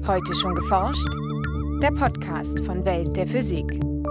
Heute schon geforscht? Der Podcast von Welt der Physik.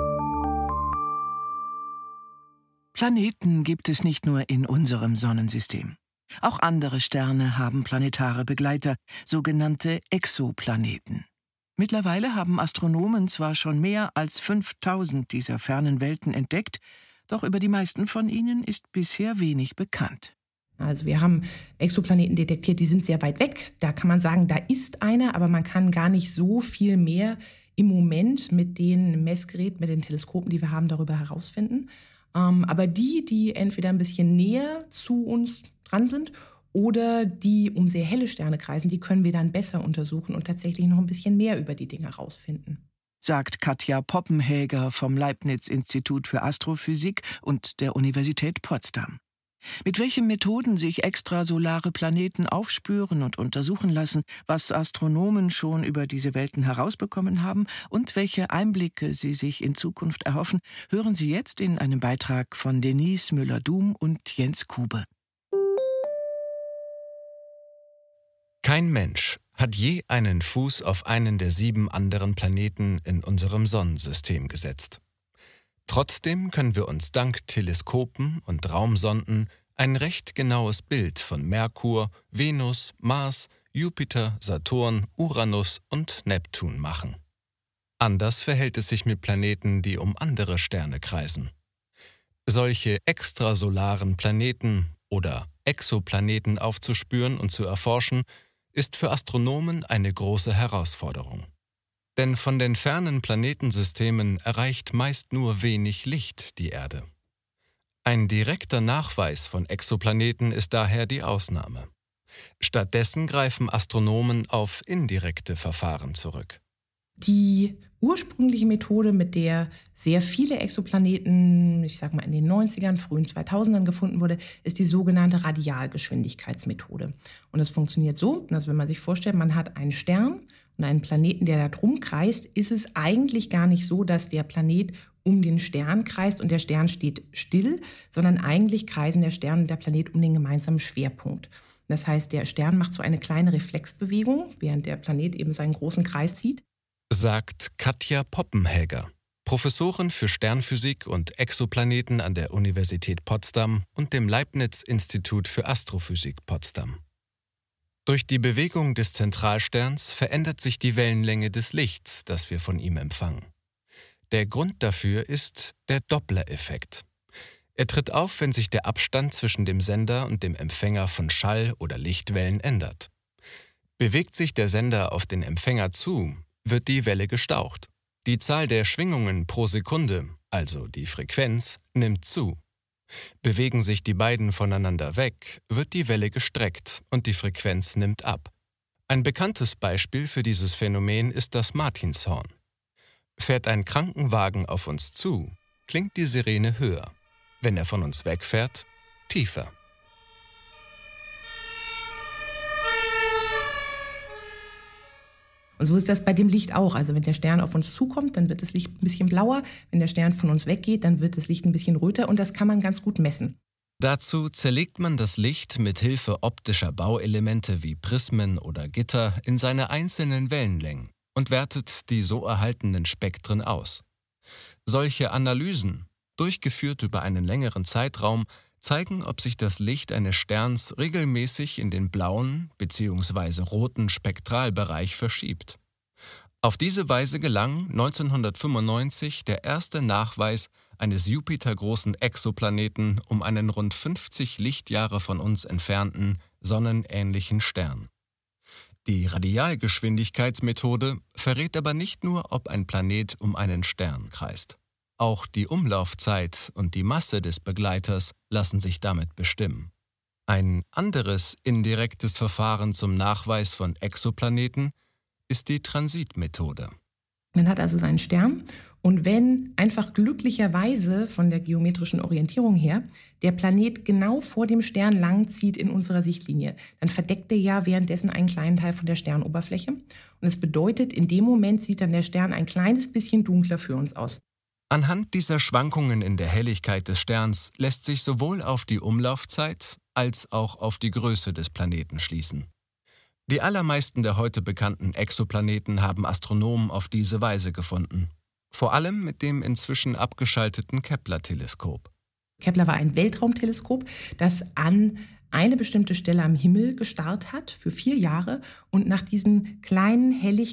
Planeten gibt es nicht nur in unserem Sonnensystem. Auch andere Sterne haben planetare Begleiter, sogenannte Exoplaneten. Mittlerweile haben Astronomen zwar schon mehr als 5000 dieser fernen Welten entdeckt, doch über die meisten von ihnen ist bisher wenig bekannt. Also wir haben Exoplaneten detektiert, die sind sehr weit weg. Da kann man sagen, da ist einer, aber man kann gar nicht so viel mehr im Moment mit den Messgeräten, mit den Teleskopen, die wir haben, darüber herausfinden. Aber die entweder ein bisschen näher zu uns dran sind oder die um sehr helle Sterne kreisen, die können wir dann besser untersuchen und tatsächlich noch ein bisschen mehr über die Dinge herausfinden. Sagt Katja Poppenhäger vom Leibniz-Institut für Astrophysik und der Universität Potsdam. Mit welchen Methoden sich extrasolare Planeten aufspüren und untersuchen lassen, was Astronomen schon über diese Welten herausbekommen haben und welche Einblicke sie sich in Zukunft erhoffen, hören Sie jetzt in einem Beitrag von Denise Müller-Dum und Jens Kube. Kein Mensch hat je einen Fuß auf einen der 7 anderen Planeten in unserem Sonnensystem gesetzt. Trotzdem können wir uns dank Teleskopen und Raumsonden ein recht genaues Bild von Merkur, Venus, Mars, Jupiter, Saturn, Uranus und Neptun machen. Anders verhält es sich mit Planeten, die um andere Sterne kreisen. Solche extrasolaren Planeten oder Exoplaneten aufzuspüren und zu erforschen, ist für Astronomen eine große Herausforderung. Denn von den fernen Planetensystemen erreicht meist nur wenig Licht die Erde. Ein direkter Nachweis von Exoplaneten ist daher die Ausnahme. Stattdessen greifen Astronomen auf indirekte Verfahren zurück. Die ursprüngliche Methode, mit der sehr viele Exoplaneten, in den 90ern, frühen 2000ern gefunden wurde, ist die sogenannte Radialgeschwindigkeitsmethode. Und das funktioniert so, dass wenn man sich vorstellt, man hat einen Stern und einen Planeten, der da drum kreist, ist es eigentlich gar nicht so, dass der Planet um den Stern kreist und der Stern steht still, sondern eigentlich kreisen der Stern und der Planet um den gemeinsamen Schwerpunkt. Das heißt, der Stern macht so eine kleine Reflexbewegung, während der Planet eben seinen großen Kreis zieht. Sagt Katja Poppenhäger, Professorin für Sternphysik und Exoplaneten an der Universität Potsdam und dem Leibniz-Institut für Astrophysik Potsdam. Durch die Bewegung des Zentralsterns verändert sich die Wellenlänge des Lichts, das wir von ihm empfangen. Der Grund dafür ist der Doppler-Effekt. Er tritt auf, wenn sich der Abstand zwischen dem Sender und dem Empfänger von Schall- oder Lichtwellen ändert. Bewegt sich der Sender auf den Empfänger zu, wird die Welle gestaucht. Die Zahl der Schwingungen pro Sekunde, also die Frequenz, nimmt zu. Bewegen sich die beiden voneinander weg, wird die Welle gestreckt und die Frequenz nimmt ab. Ein bekanntes Beispiel für dieses Phänomen ist das Martinshorn. Fährt ein Krankenwagen auf uns zu, klingt die Sirene höher. Wenn er von uns wegfährt, tiefer. Und so ist das bei dem Licht auch. Also wenn der Stern auf uns zukommt, dann wird das Licht ein bisschen blauer. Wenn der Stern von uns weggeht, dann wird das Licht ein bisschen röter. Und das kann man ganz gut messen. Dazu zerlegt man das Licht mit Hilfe optischer Bauelemente wie Prismen oder Gitter in seine einzelnen Wellenlängen und wertet die so erhaltenen Spektren aus. Solche Analysen, durchgeführt über einen längeren Zeitraum, zeigen, ob sich das Licht eines Sterns regelmäßig in den blauen bzw. roten Spektralbereich verschiebt. Auf diese Weise gelang 1995 der erste Nachweis eines Jupiter-großen Exoplaneten um einen rund 50 Lichtjahre von uns entfernten, sonnenähnlichen Stern. Die Radialgeschwindigkeitsmethode verrät aber nicht nur, ob ein Planet um einen Stern kreist. Auch die Umlaufzeit und die Masse des Begleiters lassen sich damit bestimmen. Ein anderes indirektes Verfahren zum Nachweis von Exoplaneten ist die Transitmethode. Man hat also seinen Stern und wenn einfach glücklicherweise von der geometrischen Orientierung her der Planet genau vor dem Stern langzieht in unserer Sichtlinie, dann verdeckt er ja währenddessen einen kleinen Teil von der Sternoberfläche. Und das bedeutet, in dem Moment sieht dann der Stern ein kleines bisschen dunkler für uns aus. Anhand dieser Schwankungen in der Helligkeit des Sterns lässt sich sowohl auf die Umlaufzeit als auch auf die Größe des Planeten schließen. Die allermeisten der heute bekannten Exoplaneten haben Astronomen auf diese Weise gefunden. Vor allem mit dem inzwischen abgeschalteten Kepler-Teleskop. Kepler war ein Weltraumteleskop, das an eine bestimmte Stelle am Himmel gestarrt hat für 4 Jahre und nach diesen kleinen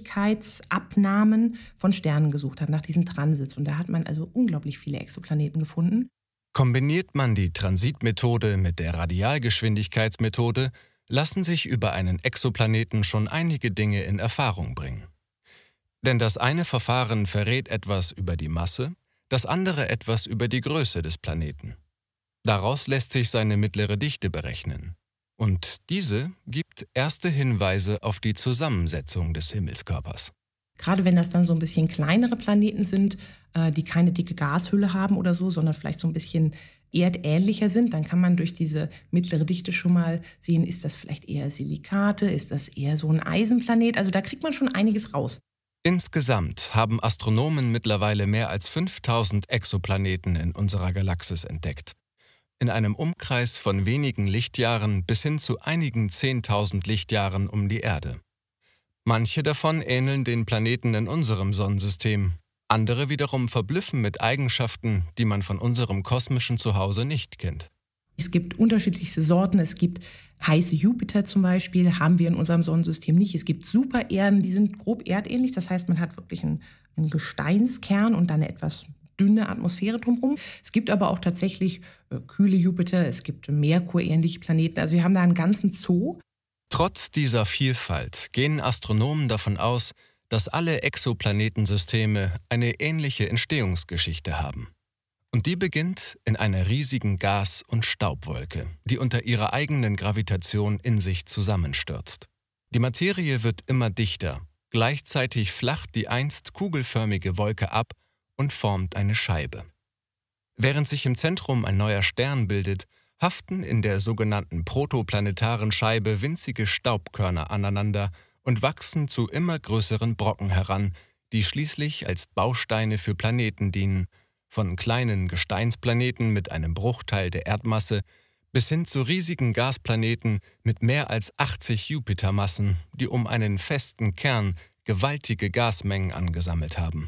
Helligkeitsabnahmen von Sternen gesucht hat, nach diesem Transits. Und da hat man also unglaublich viele Exoplaneten gefunden. Kombiniert man die Transitmethode mit der Radialgeschwindigkeitsmethode, lassen sich über einen Exoplaneten schon einige Dinge in Erfahrung bringen. Denn das eine Verfahren verrät etwas über die Masse, das andere etwas über die Größe des Planeten. Daraus lässt sich seine mittlere Dichte berechnen. Und diese gibt erste Hinweise auf die Zusammensetzung des Himmelskörpers. Gerade wenn das dann so ein bisschen kleinere Planeten sind, die keine dicke Gashülle haben oder so, sondern vielleicht so ein bisschen erdähnlicher sind, dann kann man durch diese mittlere Dichte schon mal sehen, ist das vielleicht eher Silikate, ist das eher so ein Eisenplanet? Also da kriegt man schon einiges raus. Insgesamt haben Astronomen mittlerweile mehr als 5000 Exoplaneten in unserer Galaxis entdeckt. In einem Umkreis von wenigen Lichtjahren bis hin zu einigen 10.000 Lichtjahren um die Erde. Manche davon ähneln den Planeten in unserem Sonnensystem, andere wiederum verblüffen mit Eigenschaften, die man von unserem kosmischen Zuhause nicht kennt. Es gibt unterschiedlichste Sorten. Es gibt heiße Jupiter zum Beispiel, haben wir in unserem Sonnensystem nicht. Es gibt Supererden, die sind grob erdähnlich. Das heißt, man hat wirklich einen Gesteinskern und dann eine etwas dünne Atmosphäre drumherum. Es gibt aber auch tatsächlich kühle Jupiter, es gibt Merkur-ähnliche Planeten. Also wir haben da einen ganzen Zoo. Trotz dieser Vielfalt gehen Astronomen davon aus, dass alle Exoplanetensysteme eine ähnliche Entstehungsgeschichte haben. Und die beginnt in einer riesigen Gas- und Staubwolke, die unter ihrer eigenen Gravitation in sich zusammenstürzt. Die Materie wird immer dichter, gleichzeitig flacht die einst kugelförmige Wolke ab und formt eine Scheibe. Während sich im Zentrum ein neuer Stern bildet, haften in der sogenannten protoplanetaren Scheibe winzige Staubkörner aneinander und wachsen zu immer größeren Brocken heran, die schließlich als Bausteine für Planeten dienen, von kleinen Gesteinsplaneten mit einem Bruchteil der Erdmasse bis hin zu riesigen Gasplaneten mit mehr als 80 Jupitermassen, die um einen festen Kern gewaltige Gasmengen angesammelt haben.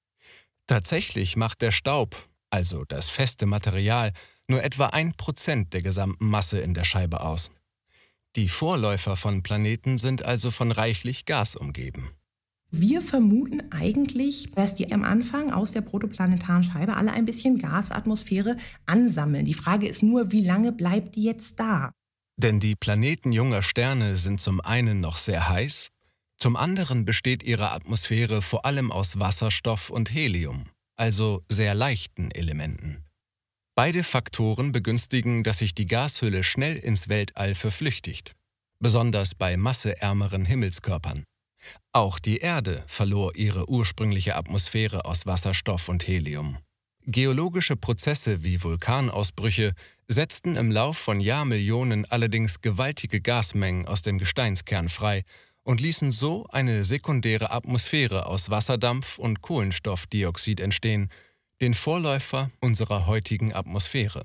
Tatsächlich macht der Staub, also das feste Material, nur etwa 1% der gesamten Masse in der Scheibe aus. Die Vorläufer von Planeten sind also von reichlich Gas umgeben. Wir vermuten eigentlich, dass die am Anfang aus der protoplanetaren Scheibe alle ein bisschen Gasatmosphäre ansammeln. Die Frage ist nur, wie lange bleibt die jetzt da? Denn die Planeten junger Sterne sind zum einen noch sehr heiß, zum anderen besteht ihre Atmosphäre vor allem aus Wasserstoff und Helium, also sehr leichten Elementen. Beide Faktoren begünstigen, dass sich die Gashülle schnell ins Weltall verflüchtigt, besonders bei masseärmeren Himmelskörpern. Auch die Erde verlor ihre ursprüngliche Atmosphäre aus Wasserstoff und Helium. Geologische Prozesse wie Vulkanausbrüche setzten im Lauf von Jahrmillionen allerdings gewaltige Gasmengen aus dem Gesteinskern frei und ließen so eine sekundäre Atmosphäre aus Wasserdampf und Kohlenstoffdioxid entstehen, den Vorläufer unserer heutigen Atmosphäre.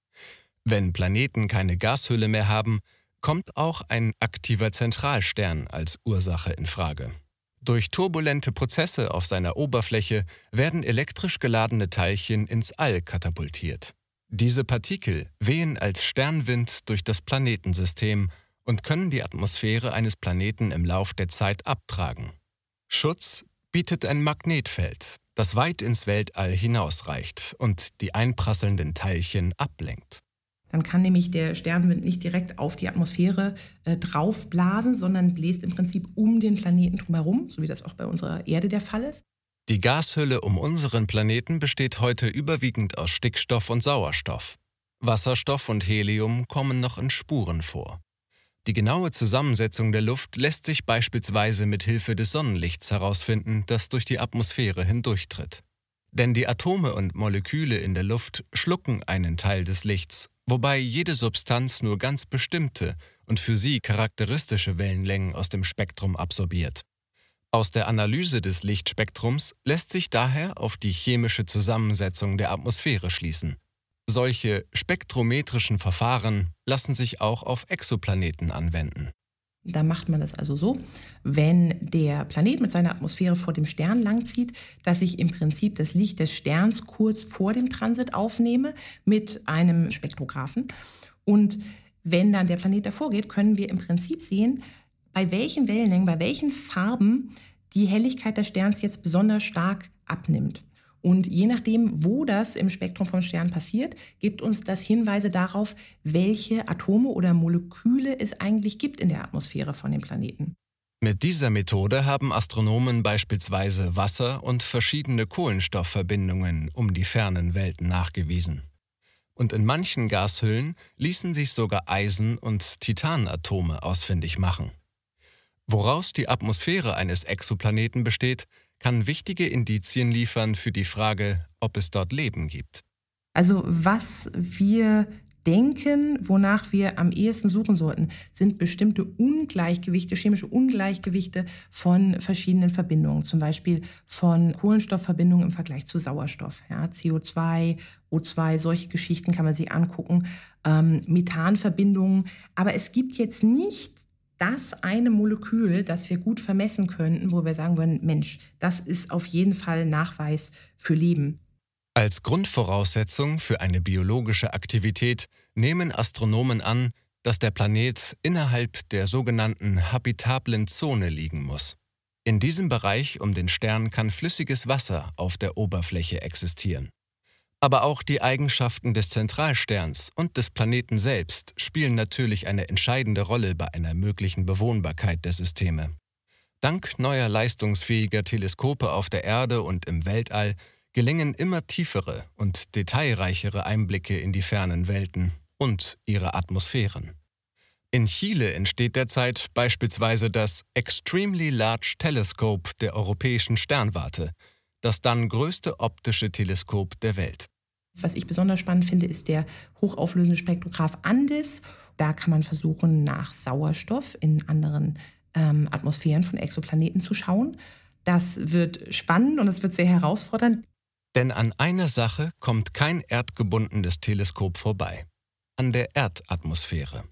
Wenn Planeten keine Gashülle mehr haben, kommt auch ein aktiver Zentralstern als Ursache in Frage. Durch turbulente Prozesse auf seiner Oberfläche werden elektrisch geladene Teilchen ins All katapultiert. Diese Partikel wehen als Sternwind durch das Planetensystem und können die Atmosphäre eines Planeten im Lauf der Zeit abtragen. Schutz bietet ein Magnetfeld, das weit ins Weltall hinausreicht und die einprasselnden Teilchen ablenkt. Dann kann nämlich der Sternwind nicht direkt auf die Atmosphäre draufblasen, sondern bläst im Prinzip um den Planeten drumherum, so wie das auch bei unserer Erde der Fall ist. Die Gashülle um unseren Planeten besteht heute überwiegend aus Stickstoff und Sauerstoff. Wasserstoff und Helium kommen noch in Spuren vor. Die genaue Zusammensetzung der Luft lässt sich beispielsweise mit Hilfe des Sonnenlichts herausfinden, das durch die Atmosphäre hindurchtritt. Denn die Atome und Moleküle in der Luft schlucken einen Teil des Lichts, wobei jede Substanz nur ganz bestimmte und für sie charakteristische Wellenlängen aus dem Spektrum absorbiert. Aus der Analyse des Lichtspektrums lässt sich daher auf die chemische Zusammensetzung der Atmosphäre schließen. Solche spektrometrischen Verfahren lassen sich auch auf Exoplaneten anwenden. Da macht man das also so, wenn der Planet mit seiner Atmosphäre vor dem Stern langzieht, dass ich im Prinzip das Licht des Sterns kurz vor dem Transit aufnehme mit einem Spektrographen. Und wenn dann der Planet davor geht, können wir im Prinzip sehen, bei welchen Wellenlängen, bei welchen Farben die Helligkeit des Sterns jetzt besonders stark abnimmt. Und je nachdem, wo das im Spektrum vom Stern passiert, gibt uns das Hinweise darauf, welche Atome oder Moleküle es eigentlich gibt in der Atmosphäre von dem Planeten. Mit dieser Methode haben Astronomen beispielsweise Wasser und verschiedene Kohlenstoffverbindungen um die fernen Welten nachgewiesen. Und in manchen Gashüllen ließen sich sogar Eisen- und Titanatome ausfindig machen. Woraus die Atmosphäre eines Exoplaneten besteht, kann wichtige Indizien liefern für die Frage, ob es dort Leben gibt. Also was wir denken, wonach wir am ehesten suchen sollten, sind bestimmte Ungleichgewichte, chemische Ungleichgewichte von verschiedenen Verbindungen. Zum Beispiel von Kohlenstoffverbindungen im Vergleich zu Sauerstoff. Ja, CO2, O2, solche Geschichten kann man sich angucken. Methanverbindungen. Aber es gibt jetzt nicht das eine Molekül, das wir gut vermessen könnten, wo wir sagen würden, Mensch, das ist auf jeden Fall Nachweis für Leben. Als Grundvoraussetzung für eine biologische Aktivität nehmen Astronomen an, dass der Planet innerhalb der sogenannten habitablen Zone liegen muss. In diesem Bereich um den Stern kann flüssiges Wasser auf der Oberfläche existieren. Aber auch die Eigenschaften des Zentralsterns und des Planeten selbst spielen natürlich eine entscheidende Rolle bei einer möglichen Bewohnbarkeit der Systeme. Dank neuer leistungsfähiger Teleskope auf der Erde und im Weltall gelingen immer tiefere und detailreichere Einblicke in die fernen Welten und ihre Atmosphären. In Chile entsteht derzeit beispielsweise das Extremely Large Telescope der Europäischen Sternwarte, das dann größte optische Teleskop der Welt. Was ich besonders spannend finde, ist der hochauflösende Spektrograph Andes. Da kann man versuchen, nach Sauerstoff in anderen Atmosphären von Exoplaneten zu schauen. Das wird spannend und es wird sehr herausfordernd. Denn an einer Sache kommt kein erdgebundenes Teleskop vorbei: an der Erdatmosphäre.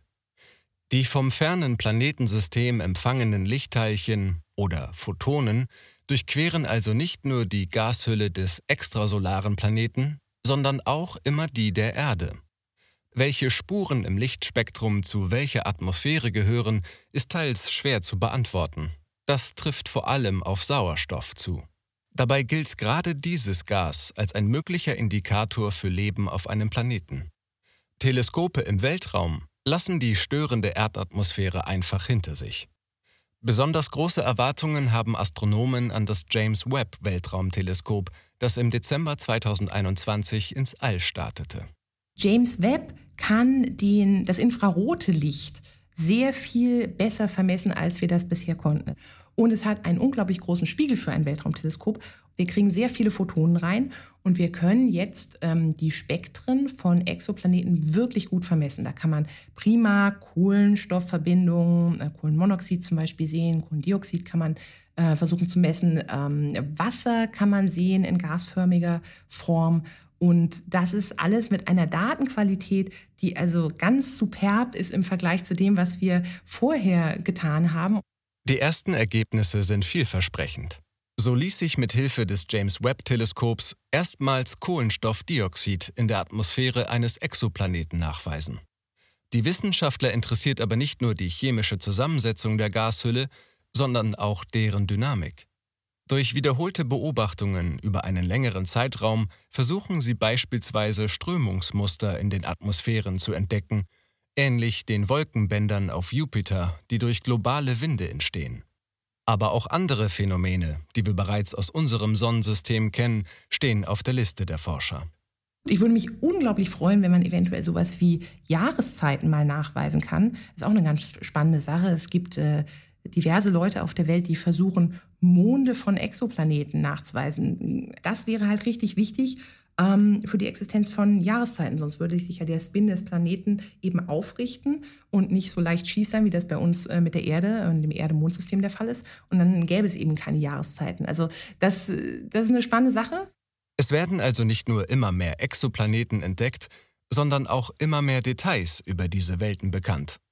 Die vom fernen Planetensystem empfangenen Lichtteilchen oder Photonen durchqueren also nicht nur die Gashülle des extrasolaren Planeten, sondern auch immer die der Erde. Welche Spuren im Lichtspektrum zu welcher Atmosphäre gehören, ist teils schwer zu beantworten. Das trifft vor allem auf Sauerstoff zu. Dabei gilt gerade dieses Gas als ein möglicher Indikator für Leben auf einem Planeten. Teleskope im Weltraum lassen die störende Erdatmosphäre einfach hinter sich. Besonders große Erwartungen haben Astronomen an das James Webb-Weltraumteleskop, das im Dezember 2021 ins All startete. James Webb kann das infrarote Licht sehr viel besser vermessen, als wir das bisher konnten. Und es hat einen unglaublich großen Spiegel für ein Weltraumteleskop. Wir kriegen sehr viele Photonen rein und wir können jetzt die Spektren von Exoplaneten wirklich gut vermessen. Da kann man prima Kohlenstoffverbindungen, Kohlenmonoxid zum Beispiel sehen, Kohlendioxid kann man versuchen zu messen, Wasser kann man sehen in gasförmiger Form. Und das ist alles mit einer Datenqualität, die also ganz superb ist im Vergleich zu dem, was wir vorher getan haben. Die ersten Ergebnisse sind vielversprechend. So ließ sich mit Hilfe des James-Webb-Teleskops erstmals Kohlenstoffdioxid in der Atmosphäre eines Exoplaneten nachweisen. Die Wissenschaftler interessiert aber nicht nur die chemische Zusammensetzung der Gashülle, sondern auch deren Dynamik. Durch wiederholte Beobachtungen über einen längeren Zeitraum versuchen sie beispielsweise Strömungsmuster in den Atmosphären zu entdecken, ähnlich den Wolkenbändern auf Jupiter, die durch globale Winde entstehen. Aber auch andere Phänomene, die wir bereits aus unserem Sonnensystem kennen, stehen auf der Liste der Forscher. Ich würde mich unglaublich freuen, wenn man eventuell sowas wie Jahreszeiten mal nachweisen kann. Das ist auch eine ganz spannende Sache. Es gibt diverse Leute auf der Welt, die versuchen, Monde von Exoplaneten nachzuweisen. Das wäre halt richtig wichtig für die Existenz von Jahreszeiten. Sonst würde sich ja der Spin des Planeten eben aufrichten und nicht so leicht schief sein, wie das bei uns mit der Erde und dem Erde-Mond-System der Fall ist. Und dann gäbe es eben keine Jahreszeiten. Also das ist eine spannende Sache. Es werden also nicht nur immer mehr Exoplaneten entdeckt, sondern auch immer mehr Details über diese Welten bekannt.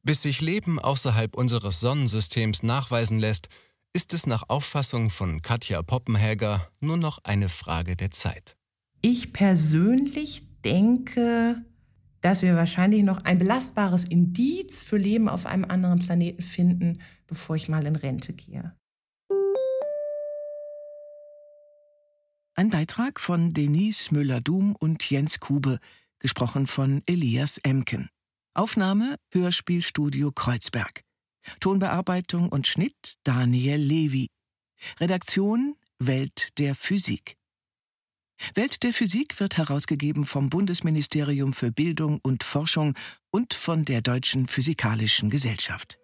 Bis sich Leben außerhalb unseres Sonnensystems nachweisen lässt, ist es nach Auffassung von Katja Poppenhäger nur noch eine Frage der Zeit. Ich persönlich denke, dass wir wahrscheinlich noch ein belastbares Indiz für Leben auf einem anderen Planeten finden, bevor ich mal in Rente gehe. Ein Beitrag von Denise Müller-Dum und Jens Kube, gesprochen von Elias Emken. Aufnahme Hörspielstudio Kreuzberg. Tonbearbeitung und Schnitt Daniel Levy. Redaktion Welt der Physik. Welt der Physik wird herausgegeben vom Bundesministerium für Bildung und Forschung und von der Deutschen Physikalischen Gesellschaft.